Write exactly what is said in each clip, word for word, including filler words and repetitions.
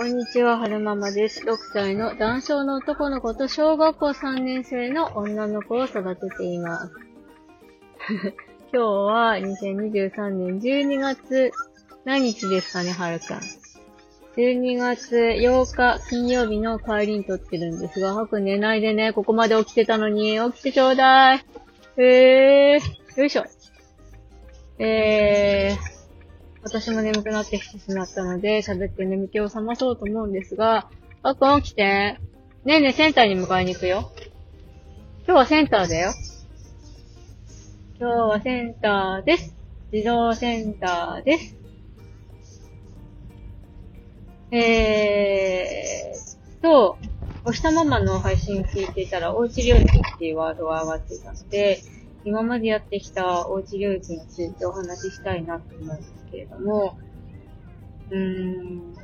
こんにちは、はるままです。ろくさいの男性の男の子と小学校さんねん生の女の子を育てています。今日はにせんにじゅうさんねんじゅうにがつ、何日ですかね、はるかん。じゅうにがつようか金曜日の帰りに撮ってるんですが、はくん寝ないでね、ここまで起きてたのに、起きてちょうだい。えー、よいしょ。えー、私も眠くなってきてしまったので、喋って眠気を覚まそうと思うんですが、はくん起きて。ねえねえ、センターに迎えに行くよ。今日はセンターだよ。今日はセンターです。児童センターです。えーと、おしたママの配信を聞いていたら、おうち料金っていうワードが上がっていたので、今までやってきたおうち料金についてお話ししたいなと思うんですけれども、うーん、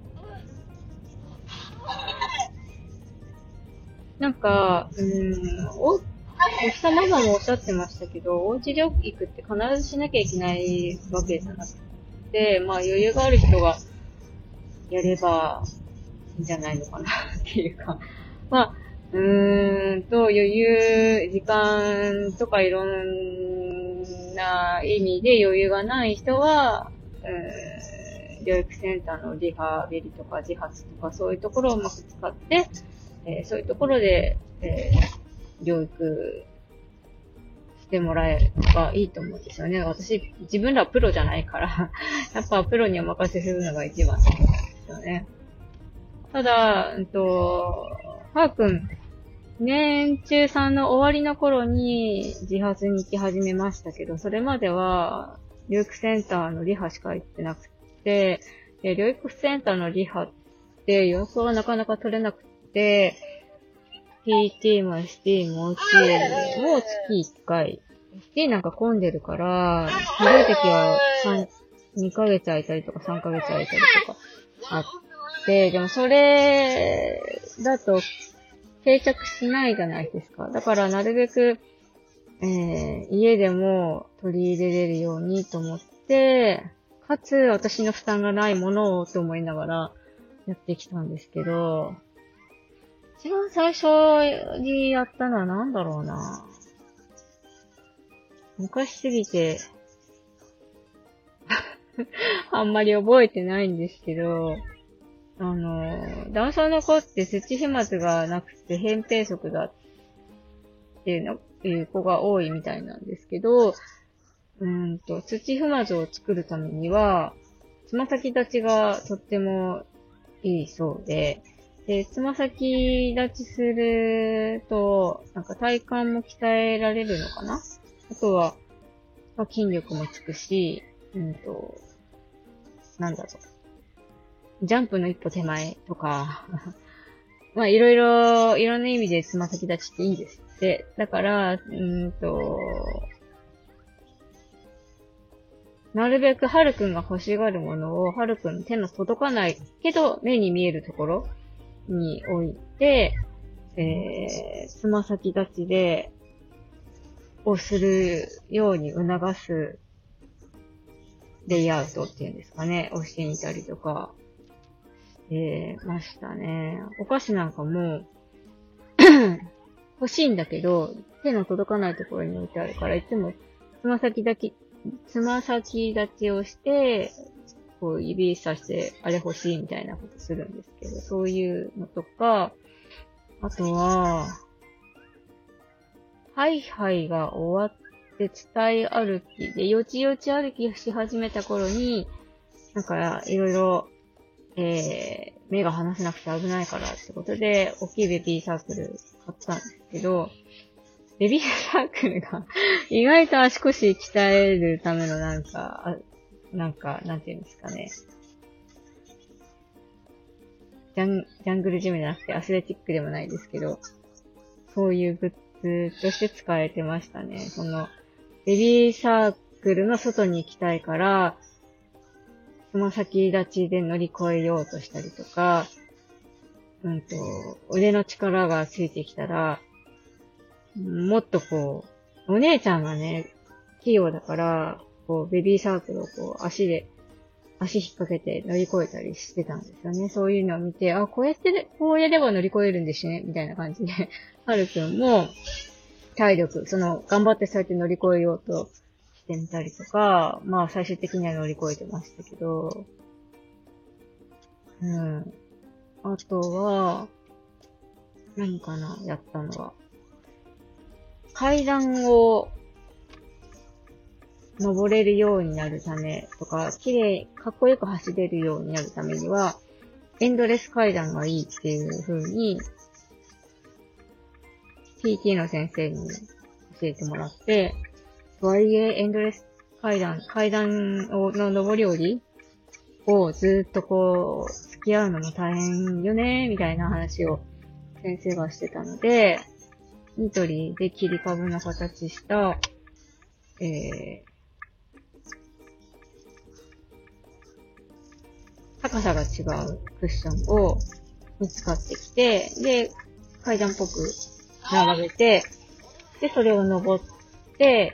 なんか、うーん、お、おしたママもおっしゃってましたけど、おうち療育って必ずしなきゃいけないわけじゃなくて、まあ余裕がある人がやればいいんじゃないのかなっていうか、まあ、うーんと余裕、時間とかいろんな意味で余裕がない人は、うーん、療育センターのリハビリとか自発とかそういうところをうまく使って、えー、そういうところで、えー、療育してもらえばいいと思うんですよね。私、自分らはプロじゃないから、やっぱプロにお任せするのが一番ですよね。ただ、うんと、はーくん、年中さんの終わりの頃に自発に行き始めましたけど、それまでは、療育センターのリハしか行ってなくて、で療育センターのリハって予想はなかなか取れなくて、ピーティー も エスティー も オーティー も月いっかい。エスティー なんか混んでるから、ひどい時はにかげつ空いたりとかさんかげつ空いたりとかあって、でもそれだと定着しないじゃないですか。だからなるべく、えー、家でも取り入れれるようにと思って、かつ私の負担がないものをと思いながらやってきたんですけど、一番最初にやったのは何だろうな。昔すぎてあんまり覚えてないんですけど、あの、男性の子って土飛沫がなくて扁平足だっていうの、いう子が多いみたいなんですけど、うーんと、土踏まずを作るためには、つま先立ちがとってもいいそうで、で、つま先立ちすると、なんか体幹も鍛えられるのかな。あとは、まあ、筋力もつくし、うんと、なんだろう。ジャンプの一歩手前とか、まあいろいろ、いろんな意味でつま先立ちっていいんですって。だから、うんと、なるべくはるくんが欲しがるものを、はるくんの手の届かないけど目に見えるところに置いて、えー、つま先立ちで、をするように促すレイアウトっていうんですかね、をしてみたりとか、してましたね。お菓子なんかも、欲しいんだけど、手の届かないところに置いてあるから、いつもつま先立ち、つま先立ちをして、こう指さして、あれ欲しいみたいなことするんですけど、そういうのとか、あとは、ハイハイが終わって伝え歩きで、よちよち歩きし始めた頃に、なんかいろいろ、えー、目が離せなくて危ないからってことで、大きいベビーサークル買ったんですけど、ベビーサークルが意外と足腰鍛えるためのなんか、なんか、なんていうんですかね。ジャン、ジャングルジムじゃなくてアスレチックでもないですけど、そういうグッズとして使えてましたね。その、ベビーサークルの外に行きたいから、つま先立ちで乗り越えようとしたりとか、うんと、腕の力がついてきたら、もっとこう、お姉ちゃんがね、器用だから、こう、ベビーサークルをこう、足で、 足引っ掛けて乗り越えたりしてたんですよね。そういうのを見て、あ、こうやって、こうやれば乗り越えるんですね、みたいな感じで、はるくんも体力、その、頑張ってそうやって乗り越えようとしてみたりとか、まあ最終的には乗り越えてましたけど、うん。あとは、何かな、やったのは。階段を登れるようになるためとか、綺麗、かっこよく走れるようになるためには、エンドレス階段がいいっていう風に、ピーティー の先生に教えてもらって、とはいえ、エンドレス階段、階段をの上り下りをずっとこう、付き合うのも大変よね、みたいな話を先生がしてたので、ニトリで切り株の形した、えー、高さが違うクッションを見つかってきて、で、階段っぽく並べて、で、それを登って、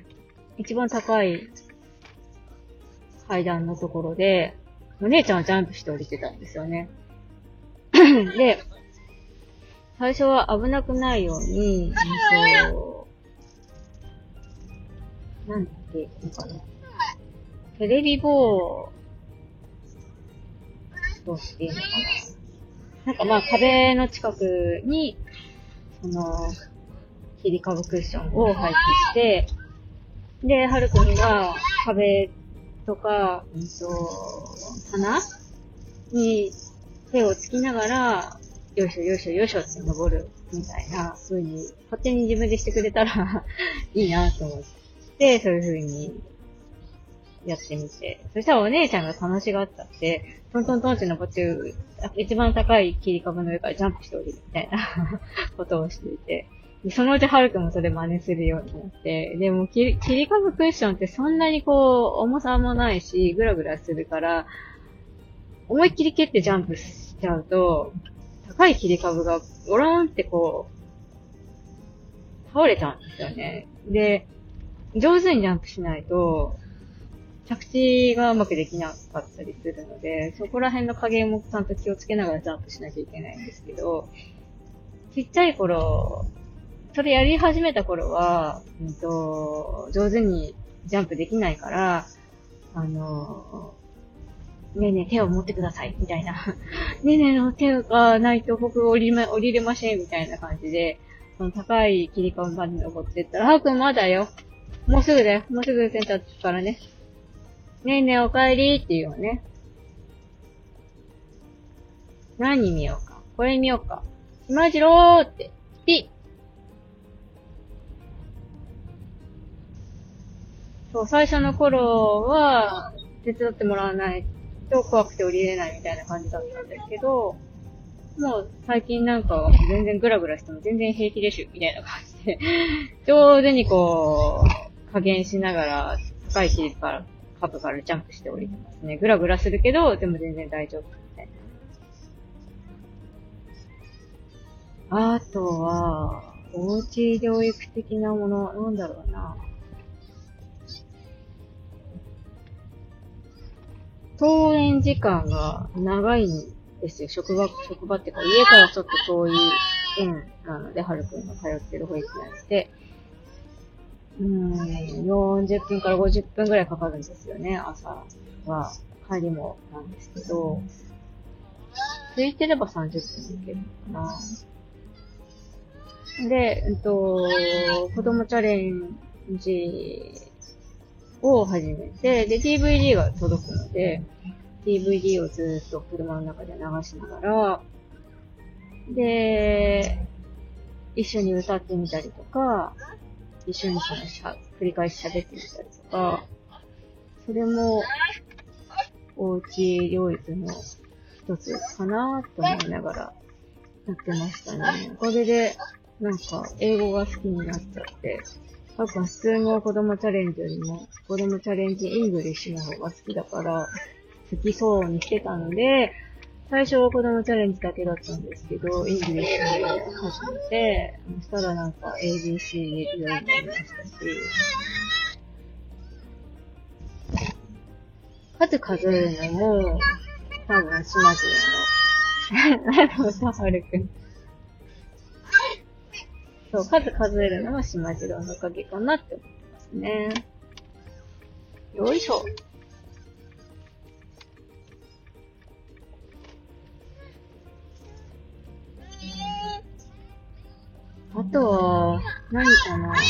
一番高い階段のところで、お姉ちゃんはジャンプして降りてたんですよね。で、最初は危なくないように、うんと、なんていうのかな。テレビボードっていうのかな。なんかまあ壁の近くに、その、切り株クッションを配置して、で、はるくんが壁とか、うんと、棚に手をつきながら、よいしょよいしょよいしょって登るみたいな風に、勝手に自分でしてくれたらいいなと思って、そういう風にやってみて。そしたらお姉ちゃんが楽しがったって、トントントンって登って、一番高い切り株の上からジャンプして降りるみたいなことをしていて。でそのうちはるくんもそれ真似するようになって、でも切り、切り株クッションってそんなにこう、重さもないし、グラグラするから、思いっきり蹴ってジャンプしちゃうと、高い切り株がゴローンってこう、倒れちゃうんですよね。で、上手にジャンプしないと、着地がうまくできなかったりするので、そこら辺の加減もちゃんと気をつけながらジャンプしなきゃいけないんですけど、ちっちゃい頃、それやり始めた頃は、うんと、上手にジャンプできないから、あの、ねえねえ手を持ってください、みたいな。ねえねえの手がないと僕降りま、降りれません、みたいな感じで、その高い切り株まで登ってったら、はーくんまだよ。もうすぐだよ。もうすぐセンター着くからね。ねえねえお帰りって言うよね。何見ようか。これ見ようか。しまじろーって。ピッ。そう、最初の頃は、手伝ってもらわないと怖くて降りれないみたいな感じだったんですけど、もう最近なんか全然グラグラしても全然平気でしゅ、みたいな感じで、上手にこう、加減しながら、高い切りから、株からジャンプして降りてますね。グラグラするけど、でも全然大丈夫みたいな。あとは、おうち療育的なもの、なんだろうな。登園時間が長いんですよ。職場、職場っていうか、家からちょっと遠い園なので、はるくんが通ってる保育園って、うーん、よんじゅっぷんからごじゅっぷんぐらいかかるんですよね、朝は。帰りもなんですけど、空いてればさんじゅっぷんで行けるのかな。で、えっと、子供チャレンジを始めて、で、ディーブイディー が届くので、ディーブイディー をずっと車の中で流しながら、で、一緒に歌ってみたりとか、一緒にそのしゃ繰り返し喋ってみたりとか、それも、おうち療育の一つかなと思いながらやってましたね。おかげで、なんか、英語が好きになっちゃって、多分普通の子供チャレンジよりも、子供チャレンジイングリッシュの方が好きだから、好きそうにしてたので、最初は子供チャレンジだけだったんですけど、イングリッシュで始めて、そしたらなんか エービーシー 言えるようになりましたし、 数数えるのも、多分、しまじろの。なんださ、はるくん。そう、数数えるのはしまじろうのおかげかなって思ってますね。よいしょ。あとは、何かな。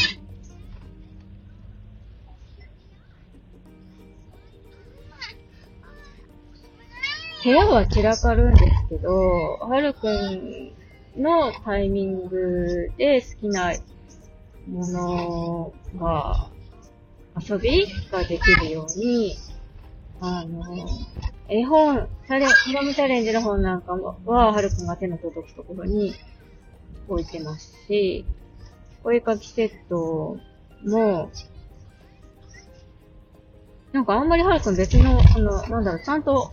部屋は散らかるんですけど、はるくんのタイミングで好きなものが、遊びができるように、あの、絵本、チャレン、子供チャレンジの本なんかは、はるくんが手の届くところに置いてますし、お絵かきセットも、なんかあんまりはるくん別の、あの、なんだろう、ちゃんと、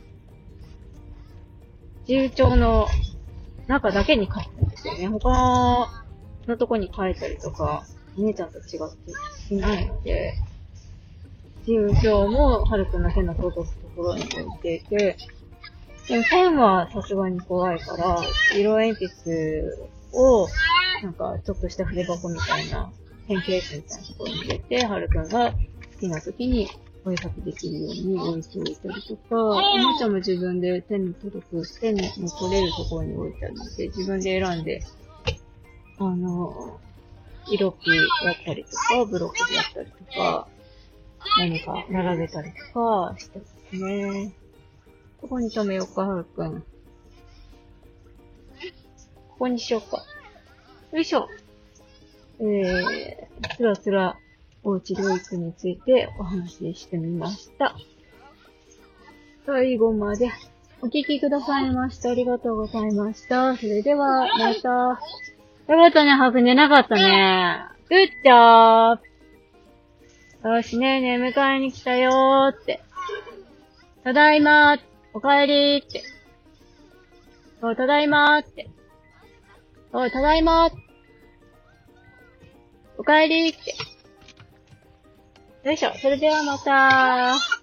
自由帳の中だけに書いてるんですよね。他のとこに書いたりとか、お姉ちゃんと違っていないので、自由帳もはるくんの手の届くところに置いていて、でもペンはさすがに怖いから、色鉛筆を、なんかちょっとした筆箱みたいな、ペンケースみたいなところに入れて、はるくんが好きな時にお絵かきできるように置いておいたりとか、おもちゃも自分で手に届く、手に取れるところに置いてあるので、自分で選んで、あの、色ピーやったりとか、ブロックでやったりとか、何か並べたりとかしてますね。ここに留めようか、はるくん。ここにしようか。よいしょ。えー、つらつらおうち療育についてお話ししてみました。最後までお聞きくださいましてありがとうございました。それでは、また。よかったね、はく寝なかったね。グッジョブ。よし、ねえねえ迎えに来たよーって。ただいまー、おかえりーって。おい、ただいまーって。おい、ただいまー。おかえりーって。よいしょ。それではまた。